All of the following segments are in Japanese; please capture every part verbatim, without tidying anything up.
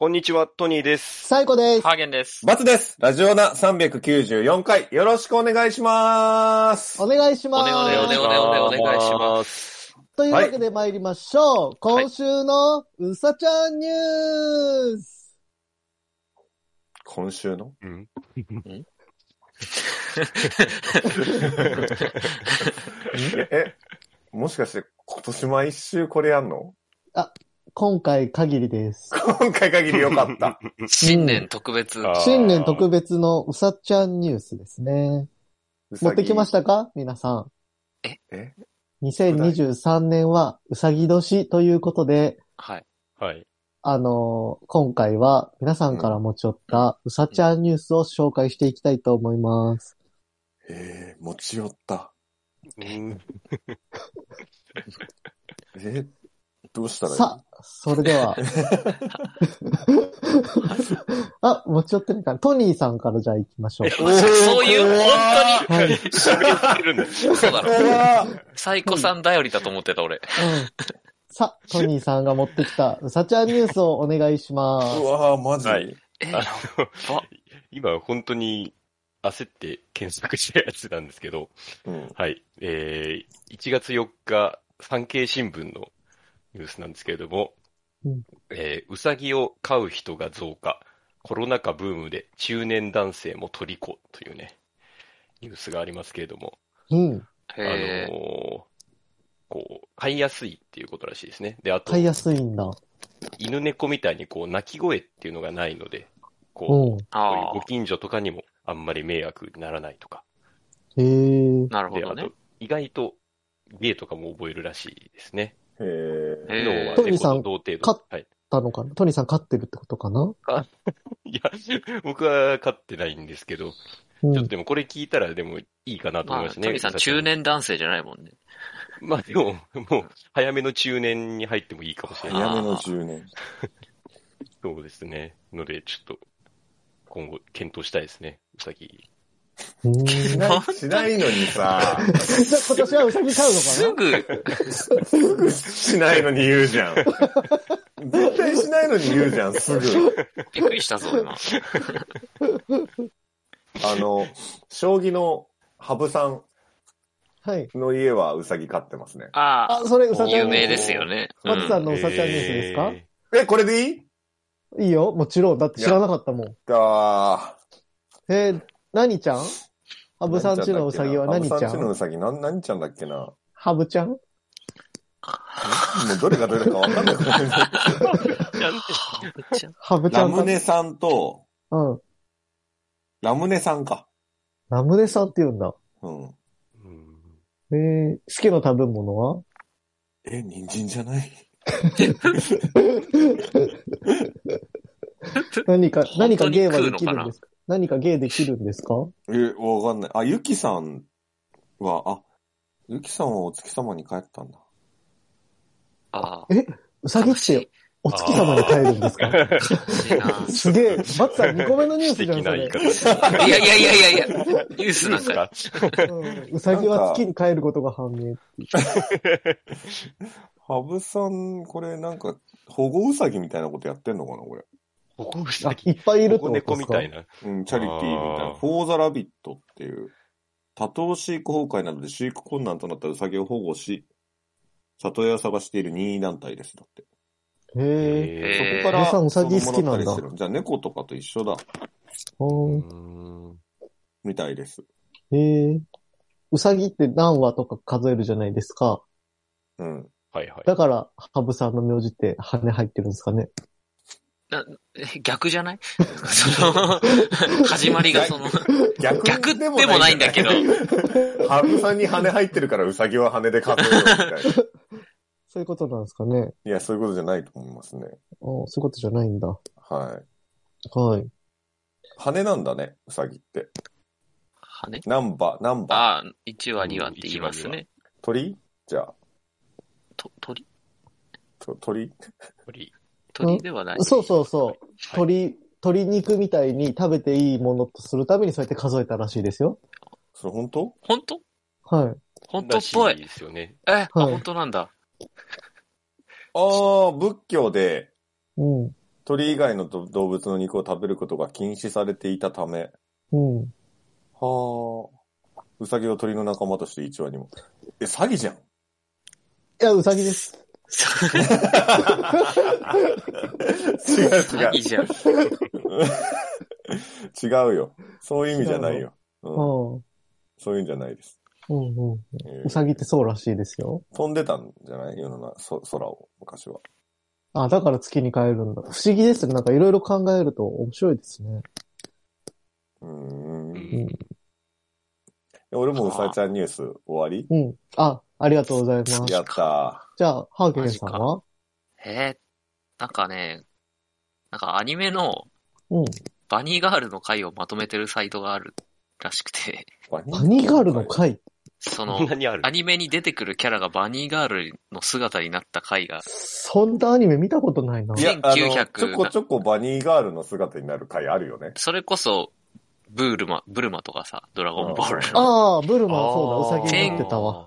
こんにちは、トニーです。 サイコです。 ハーゲンです。 バツです。ラジオナさんびゃくきゅうじゅうよんかい、よろしくお願いします。 お願いします。 お願いお願いお願いお願いします。 というわけで参りましょう。はい、今週のうさちゃんニュース。 今週のうんんえ、もしかして今年毎週これやんの？ あ、今回限りです。 今回限りよかった。 新年特別、 うん。新年特別のうさちゃんニュースですね。持ってきましたか皆さん。 ええにせんにじゅうさんねんはうさぎ年ということで、 はい。 はい。 あのー、今回は皆さんから持ち寄ったうさちゃんニュースを紹介していきたいと思います。 えー、持ち寄った。 うんえ、どうしたらいい？ さあ、それでは。あ、持ち寄ってないから。トニーさんからじゃあ行きましょう。 そういう、本当に。 はい。 喋ってるんです。 そうだろ。サイコさん頼りだと思ってた俺。 うん。さあ、トニーさんが持ってきたうさちゃんニュースをお願いします。 うわぁ、マジ、 はい、 えあの今本当に焦って検索したやつなんですけど、 うん、 はい。えー、いちがつよっか、産経新聞のニュースなんですけれども、 うんえー、うさぎを飼う人が増加、コロナ禍ブームで中年男性も虜というね、ニュースがありますけれども、 うん。 あのー、こう、飼いやすいっていうことらしいですね。で、あと、 飼いやすいんだ。 犬猫みたいにこう、鳴き声っていうのがないので、こうん。 う、そういうご近所とかにもあんまり迷惑にならないとか。 へー。 で、 なるほどねあと。、意外と芸とかも覚えるらしいですね。 へー。 へ脳はトニーさん猫と同程度。 飼っはい。 たのかな？トニーさん飼ってるってことかないや、僕は飼ってないんですけど、 うん。 ちょっとでもこれ聞いたらでもいいかなと思いまあ、 ましたね。 トニーさんうさちゃ中年男性じゃないもんね。 まあでも、もう、早めの中年に入ってもいいかもしれない。 早めのじゅうねん。 そうですね。ので、ちょっと、今後、検討したいですね。うさぎ。 うーん。 しない、しないのにさ。 じゃあ今年はうさぎ飼うのかな？ すぐ、 すぐしないのに言うじゃん。絶対しないのに言うじゃん、すぐ。 びっくりしたぞ、今。 あの、将棋の羽生さんはい。 の家はうさぎ飼ってますね。 ああ、それうさあ、 ちゃんニュース。 有名ですよね。 バツさんのううさちゃんニュースですか？ ええ、これでいい？ いいよ。もちろん。だって知らなかったもん。 あえー、何ちゃん？ハブさんちのうさぎは何ちゃん？ ハブさんちのうさぎ、な、何ちゃんだっけな。 ハブちゃん？ もうどれがどれかわかんない。 ハブちゃんか。 ラムネさんと、 うん。 ラムネさんか。 ラムネさんって言うんだ。 うん。 ーえー、好きな食べ物は？ え、人参じゃない？ 何か、何か芸はで本当に食うのかなきるんですか？何か芸できるんですか？ え、わかんない。あ、ゆきさんは、あ、ゆきさんはお月様に帰ったんだ。 ああ。 え、うさぎってお月様に帰るんですか？ 悲しいな。 すげえ。バツさんにこめのニュースじゃん、それ。 素敵な言い方。 いやいやいやいやいや、ニュースなんか。 うんうさぎは月に帰ることが判明。 ハブさん、これなんか、保護ウサギみたいなことやってんのかな、これ。 保護うあさ、ぎ。 いっぱいいるって保護猫ことですか？ みたいな。 うん、チャリティーみたいな。 あーフォーザラビットっていう、多頭飼育崩壊などで飼育困難となったウサギを保護し、里親を探している任意団体です、だって。 へえ。 えそこから、 ハブさんウサギ好きなんだそのもらったりしてるじゃあ猫とかと一緒だ、 ほーーうーんみたいです。 へえ。うさぎって何羽とか数えるじゃないですか。 うん。 はいはい。 だから、ハブさんの名字って羽入ってるんですかね。 なえ逆じゃないその、始まりがその、 逆逆でもないんだけど。 ハブさんに羽入ってるからウサギは羽で数えようみたいな。 そういうことなんですかね。 いや、そういうことじゃないと思いますね。 あそういうことじゃないんだ。 はい。 はい。 羽なんだね、ウサギって。 羽何羽、何羽。 ああ、いちわにわって言いますね。 鳥じゃあ、 と、鳥と鳥鳥。 鳥ではない。 そうそうそう。 はい鶏、鶏肉みたいに食べていいものとするためにそうやって数えたらしいですよ。 それ本当？ 本当はい。 本当っぽい。 らしいですよね。 え、あ、 はい本当なんだ。 ああ、仏教で、 うん。 鳥以外のど動物の肉を食べることが禁止されていたため、 うん。 はあ。ウサギを鳥の仲間としていちわにも。え、詐欺じゃん。 いや、ウサギです。 違う違詐欺じゃん。 う。違うよ。そういう意味じゃないよ。うん、 うんそういうんじゃないです。 うんうん。 えーウサギってそうらしいですよ。 飛んでたんじゃない世の中、そ空を、昔は。 あ、だから月に帰るんだ。不思議ですね。なんかいろいろ考えると面白いですね。 うーん。 うん。 俺もうさちゃんニュース終わりうん。あ、ありがとうございます。 やったじゃあ、ハーゲンさんはえー、なんかね、なんかアニメのうん。 バニーガールの回をまとめてるサイトがあるらしくて、 ー。ババニーガールの回。 そのこんな、にあるアニメに出てくるキャラがバニーガールの姿になった回が、 そんなアニメ見たことないな。 いや、あの、 せんきゅうひゃくちょこちょこバニーガールの姿になる回あるよね。 それこそ、ブールマ、ブルマとかさ、ドラゴンボールの。 ああ、ブルマはそうだ、ウサギになってたわ。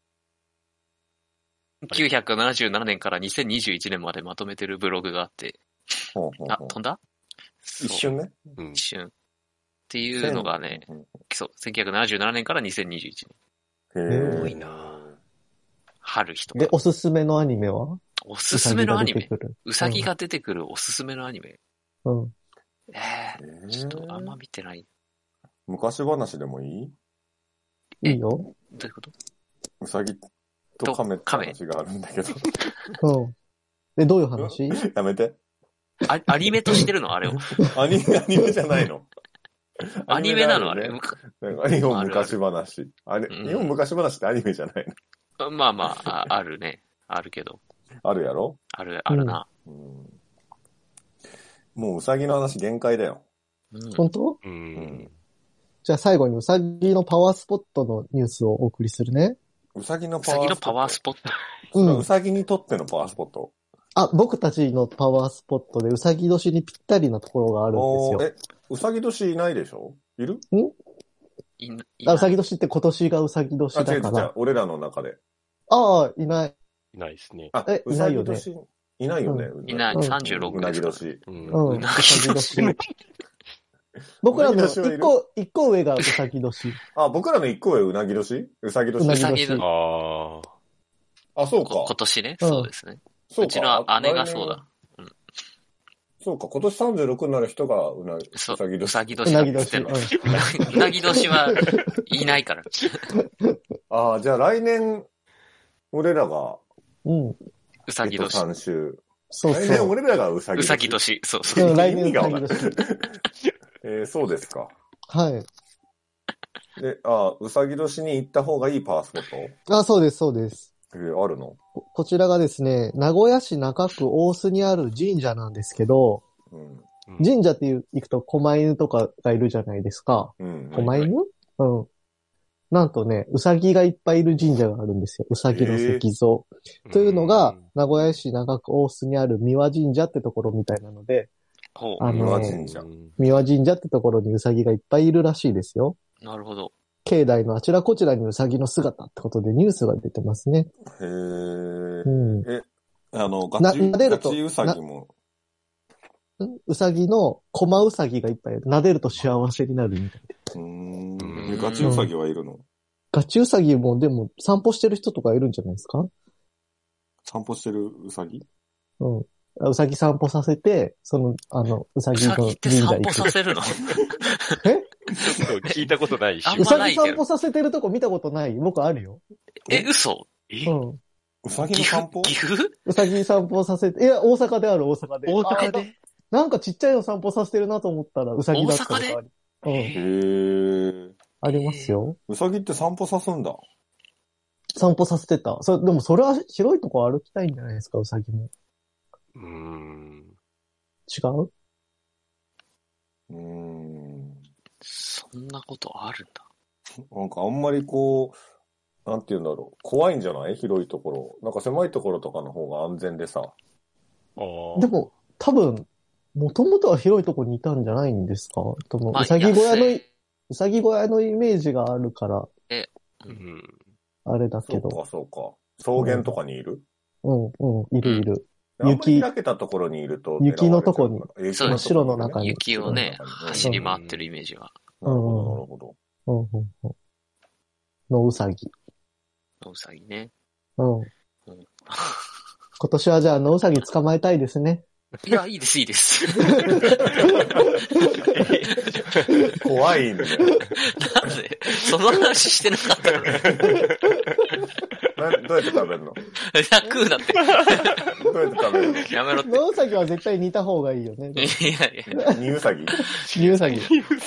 せんきゅうひゃくななじゅうななねんからにせんにじゅういちねんまでまとめてるブログがあって、 ほうほうあ、 ほう飛んだ一瞬ね。 うん一瞬。っていうのがね、 うんそう、せんきゅうひゃくななじゅうななねんからにせんにじゅういちねん。 へーすごいな春日とで、 か。 おすすめのアニメはおすすめのアニメウサギが出てくる。 うさぎが出てくるおすすめのアニメ。 うん。 えー、ちょっとあんま見てない。 昔話でもいいいいよ。 どういうことうさぎとカメって話があるんだけど。 うん。で、どういう話やめて。 あアニメとしてるのあれを。 アニメ、アニメじゃないの。 アニメなのあれ。 なんか日本昔話。あれ、 うん日本昔話ってアニメじゃないまあまあ、ああるね。あるけど。 の。あるやろ、 ある、あるな。 うん、もううさぎの話限界だよ。 うん。 本当ううんん。 じゃあ最後にウサギのパワースポットのニュースをお送りするね。 うさぎのうさぎのパワーススポット。 うんポット。うさぎにとってのパワースポット。 あ、僕たちのパワースポットでウサギ年にぴったりなところがあるんおーですよ。 え、うさぎ年いないでしょいるいないあ、ウサギ年って今年がウサギ年あ、違う違うだから。。 俺らの中で。 ああ、いない。 いないですね。 あえ、 うさぎ年いないよね。 いない、 うんさんじゅうろくうなですから。 ぎ年。 うんうん。 うなぎウサギ年年。僕らのうなぎ年はいる一個、一個上がウサギ年。 あ、僕らの一個上うなぎ年うさぎ年うなぎうさぎ年。 ああ。 あ、そうかこ。今年ね。 うんそうですね。 そうかうちの姉がそうだ。 そうか、今年さんじゅうろくになる人がうな、うそう。 さぎ年。 うさぎう年だっつってなぎ年。 んの。 うんうなぎ年はいないから。 ああ、じゃあ来年、俺らが、 うん。 うさぎ年。 さん週。 そう来年そう。 俺らがうさぎう年。 さぎ年。そうそう。 うん、来年ウサ意味がわかんギ年。 えー、そうですか。 はい。 で、あうさぎ年に行った方がいいパワースポットあ、そうです、そうです。 えー、あるのここちらがですね、名古屋市中区大須にある神社なんですけど、 うん。 神社っていう行くと狛犬とかがいるじゃないですか。 うん。 狛犬、うん。なんとね、うさぎがいっぱいいる神社があるんですよ。うさぎの石像。というのが、名古屋市中区大須にある三輪神社ってところみたいなので、 ほあ三輪の、 神社。 三輪神社ってところにうさぎがいっぱいいるらしいですよ。 う。なるほど。 境内のあちらこちらにうさぎの姿ってことでニュースが出てますね。 へーう。ん。 え、あの、ガチ、 な撫でるとガチうさぎも、 うさぎの駒うさぎがいっぱいいる。撫でると幸せになるみたいな。 うーんうんガチうさぎはいるのガチうさぎもでも散歩してる人とかいるんじゃないですか？ 散歩してるうさぎうん。うさぎ散歩させて、その、あの、うさうぎのさぎって神社行散歩さく。 せるのえちょっと聞いたことないしあ。 うさぎんまないけど散歩させてるとこ見たことない？僕あるよ。 え、嘘えうん。 うさぎの岐阜散歩岐阜うさぎ散歩させて、いや、大阪である、大阪で。 大阪あでななんかちっちゃいの散歩させてるなと思ったら、うさぎだったとかあり。うん。 へー。 ありますよ。 うさぎって散歩さすんだ。 散歩させてた。それ、でもそれは広いとこ歩きたいんじゃないですか、うさぎも。 うーん。 違う？ うーん。 そんなことあるんだ。 なんかあんまりこう、なんて言うんだろう。怖いんじゃない広いところ。なんか狭いところとかの方が安全でさ。 ああ。 でも、多分、もともとは広いとこにいたんじゃないんですか？とも、 まあうさぎ小屋の安い、 うさぎ小屋のイメージがあるから、 うん。 あれだけど。 そうか、そうか。草原とかにいる、 うん、うん、いるいる。 雪開けたところにいると。 雪のとこに。 雪の白の中に。 雪をね、走り回ってるイメージは。 なるほど、なるほど。 うんうんうん。のうさぎ。 のうさぎね。 うん。今年はじゃあのうさぎ捕まえたいですね。 いや、いいです、いいです。 怖いんだよ。 なんでその話してなかったのなどうやって食べるの？ 食うなって。 どうやって食べるの？ やめろって。 のうさぎは絶対煮た方がいいよね。 いやいや。 にうさぎ？ にうさぎ。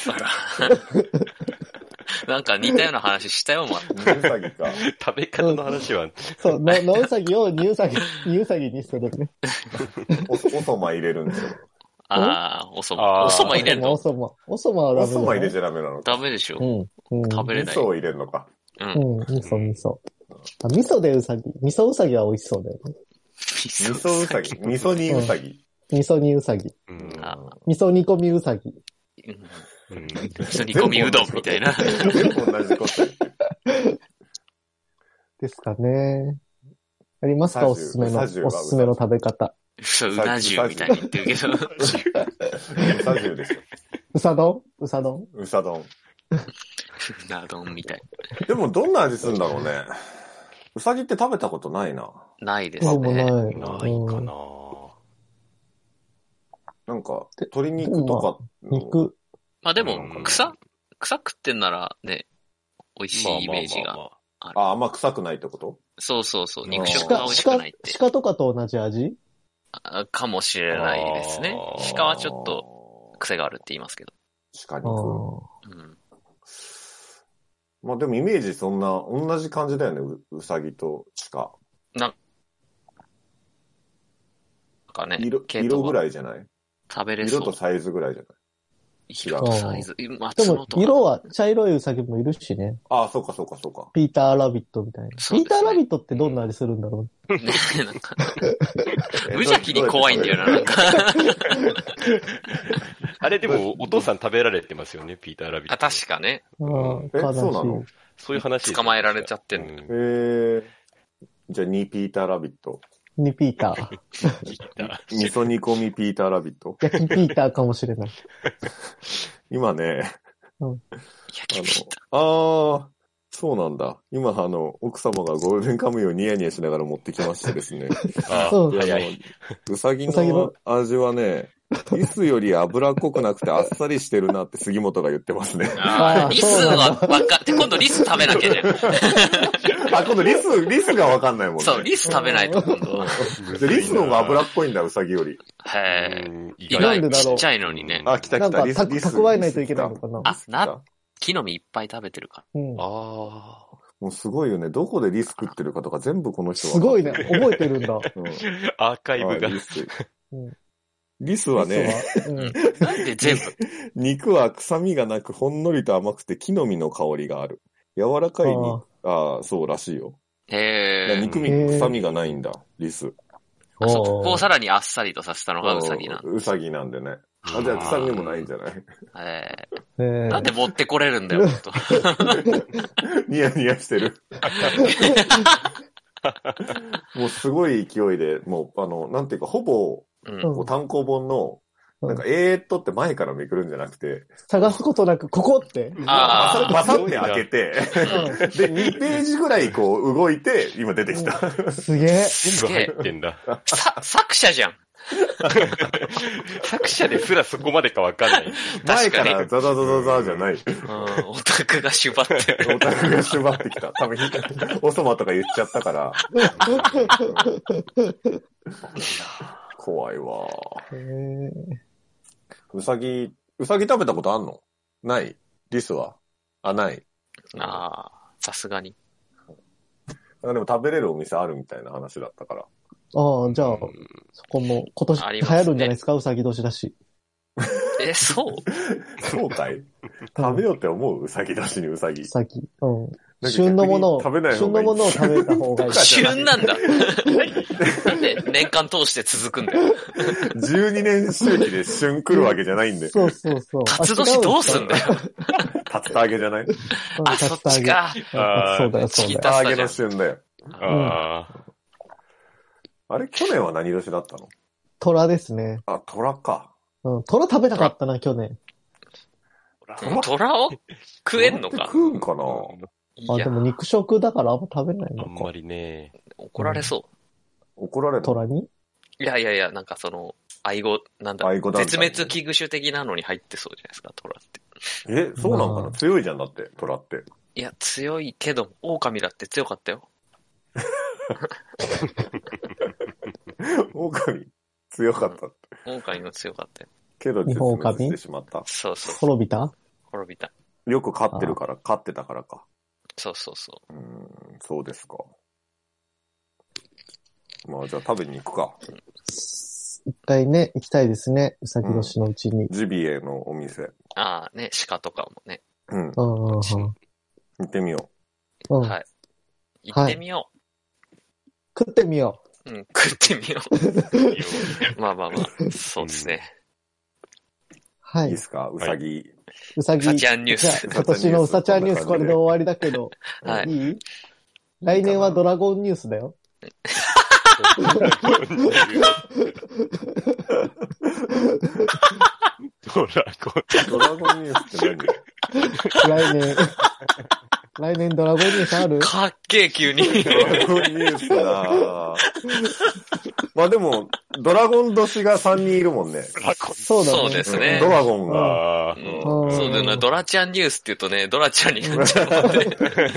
なんか似たような話したよ、お前。にうさぎか。 食べ方の話は。 そう、の、のうさぎをにうさぎ、にうさぎにするね。 お、おそま入れるんですよ。 ああ、おそま。おそま入れるの？ おそま。おそまはダメだ。 おそま入れちゃダメなの？ ダメでしょ。 うん。うん、 食べれない。 味噌を入れるのか。 うん。 うん、味噌、味噌。あ、味噌でうさぎ。味噌うさぎは美味しそうだよね。 味噌うさぎ。味噌煮うさぎ。 味噌煮うさぎ。味噌煮込みうさぎ。 うん。味噌煮込みうどんみたいな。 全部同じことですかね。ありますかおすすめの、おすすめの食べ方。 そう、うな重みたいに言ってるけど。うさ重ですよ。 うさ丼うさ丼うさ丼。 うな丼みたい。 でもどんな味するんだろうね。うさぎって食べたことないな。 ないですね。 ない。 ないかな。 なんか、鶏肉とか。 肉。 まあでも、草草食ってんならね、美味しいイメージがある。 あ、あんま臭くないってこと？ そうそうそう。肉食が美味しくないって。 鹿とかと同じ味？ かもしれないですね。鹿はちょっと癖があるって言いますけど。 鹿肉。うん。まあでもイメージそんな、同じ感じだよね、う, うさぎと鹿。 なんかね、 色、色ぐらいじゃない？ 食べれそう。 色とサイズぐらいじゃない？ 色とサイズ。 でも、色は茶色いウサギもいるしね。 ああ、そうかそうかそうか。 ピーターラビットみたいな。ね、ピーターラビットってどんな味するんだろうね。ねなんか、無邪気に怖いんだよな、なんか。 あれでも、お父さん食べられてますよね、ピーターラビット。 あ、確かね。 ああ、 え、そうなの？ そういう話。 捕まえられちゃってんの。 へえ。じゃあ、にピーターラビット。 にピーター。 味噌煮込みピーターラビット。 焼きピーターかもしれない。 今ね、 うん、 焼きピーター。ああ、そうなんだ。今、あの、奥様がゴールデンカムイをニヤニヤしながら持ってきましてですね。 ああ、早い。 うさぎの味はね、リスより脂っこくなくてあっさりしてるなって杉本が言ってますね。 ああ、リスは分かって、今度リス食べなきゃじゃん。 あ、今度リス、リスが分かんないもんね。 そう、リス食べないと今度。 リスの方が脂っこいんだ、うさぎより。 へえ。意外とちっちゃいのにね。 あ、来た来た、リス。 なんか、蓄えないといけないのかな。 あ、な、木の実いっぱい食べてるから。 うん、 ああ。 もうすごいよね。どこでリス食ってるかとか全部この人は。 すごいね。覚えてるんだ。うん、 アーカイブが。 リス。うんリスはね、 うん、なんで全部肉は臭みがなくほんのりと甘くて木の実の香りがある。柔らかいに、ああ、そうらしいよ。 へえ。 肉味、臭みがないんだ、リス。 あ、そこをさらにあっさりとさせたのがウサギなんだ。 ウサギなんでね。あ、じゃあ臭みもないんじゃない？ へえ。なんで持ってこれるんだよ、ほんと。 ニヤニヤしてる。もうすごい勢いで、もう、あの、なんていうか、ほぼ、うん、こう単行本の、なんか、えーっとって前からめくるんじゃなくて、 探すことなく、ここって。 ああ、バサって開けて、で、にページぐらいこう動いて、今出てきた。 すげえ。 全部入ってんだ。 さ、作者じゃん。 作者ですらそこまでかわかんない。 前からザザザザザじゃない。 うん、オタクが縛ってる。 オタクが縛ってきた。多分、おそまとか言っちゃったから。怖いわ。 へー。 うさぎ、うさぎ食べたことあんの？ない？リスは？あ、ない。 ああ、さすがに。 でも食べれるお店あるみたいな話だったから。 ああ、じゃあ、そこも今年流行るんじゃないですか、うさぎ年だし。 え、そうそうかい？食べようって思う？うさぎだしにうさぎ。 うさぎ。うん。旬のものを、 食べない旬のものを食べた方がいい。 旬なんだ。なんで年間通して続くんだよ。 じゅうにねん周期で旬来るわけじゃないんで。 そうそうそう。 辰年どうすんだよ。 竜田揚げじゃない？ あ、そっちか。 そうだよ、そうだよ。 竜田揚げの旬だよ。 ああ。 あれ去年は何年だったの？ 虎ですね。 あ、虎か。 うん。虎食べなかったな、去年。 虎を食えんのか。 食うんかな。 あ、 いやでも肉食だからあんま食べないのか。 あんまりね。 怒られそ怒られるの？ 虎に？ う。いやいやいや、なんかその、愛護、なんだ、 愛護団体絶滅危惧種的なのに入ってそうじゃないですか、虎って。 え、そうなんかな、 まあ強いじゃんだって、虎って。 いや、強いけど、狼だって強かったよ。 狼、強かったって。 狼も強かったよ。 けど、絶滅してしまった。 そうそうそう。 滅びた？ 滅びた。 よく飼ってるから、飼ってたからか。 そうそうそうーん、そうですか。まあ、じゃあ食べに行くか。 一回ね、行きたいですね。うさぎ年のうちに。 ジビエのお店。 う。ああ、ね、鹿とかもね。 うん。 うんうんうん。 行ってみようん。 はい。行ってみよ食ってみよう。うん、食ってみよう。まあまあまあ、そうですね。 う。はう。いいいで。すか、うさぎ。 うさぎ。 うさちゃんニュースじゃあ今年のうさちゃんニュースこれで終わりだけど。 はいいい？来年はドラゴンニュースだよ。 ドラゴン。 ドラゴンニュースって来年。来年ドラゴンニュースある？ かっけえ、急に。 何？ドラゴンニュースなぁ。まあでも、ドラゴン年がさんにんいるもんね。 そうだね。 そうですね。 ドラゴンが。 ああ。 うんうんそうだよな、ドラちゃんニュースって言うとね、ドラちゃんになっちゃうもんね。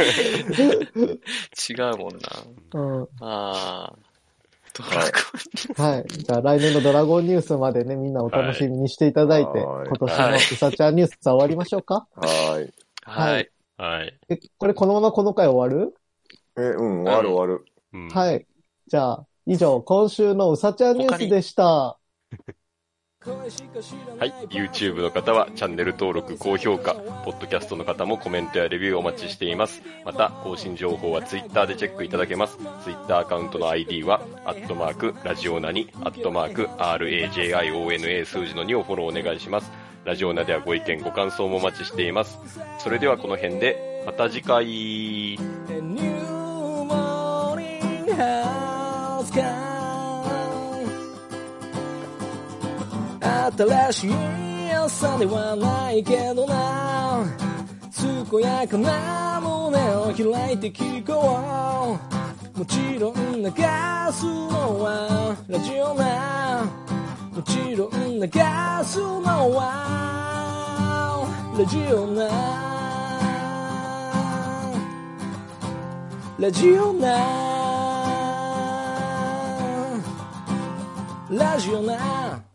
違うもんな。 うん。 ああ。ドラゴン。 はい。じゃあ来年のドラゴンニュースまでね、みんなお楽しみにしていただいて、 はい今年のうさちゃんニュースは終わりましょうか？ はーい。 はい。 はい。 え、これこのままこの回終わる？ え、うん、終わる終わる。 うんは。い。じゃあ、以上、今週のうさちゃんニュースでした。 はい。YouTube の方はチャンネル登録、高評価、Podcast の方もコメントやレビューお待ちしています。また、更新情報は Twitter でチェックいただけます。Twitter アカウントの アイディー は、アットマーク、ラジオナに、アットマーク、アールエージェーアイオーエヌエー 数字のにをフォローお願いします。ラジオナではご意見、ご感想もお待ちしています。それではこの辺で、また次回。 A new morning has come 新しい朝ではないけどな健やかな胸を開いて聞こうもちろん流すのはラジオなもちろん流すのはラジオなラジオなラジオな